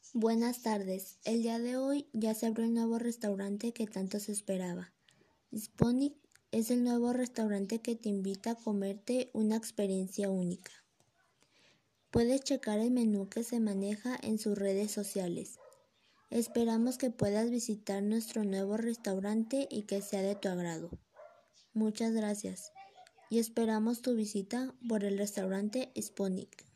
Buenas tardes. El día de hoy ya se abrió el nuevo restaurante que tanto se esperaba. Sponic es el nuevo restaurante que te invita a comerte una experiencia única. Puedes checar el menú que se maneja en sus redes sociales. Esperamos que puedas visitar nuestro nuevo restaurante y que sea de tu agrado. Muchas gracias y esperamos tu visita por el restaurante Sponic.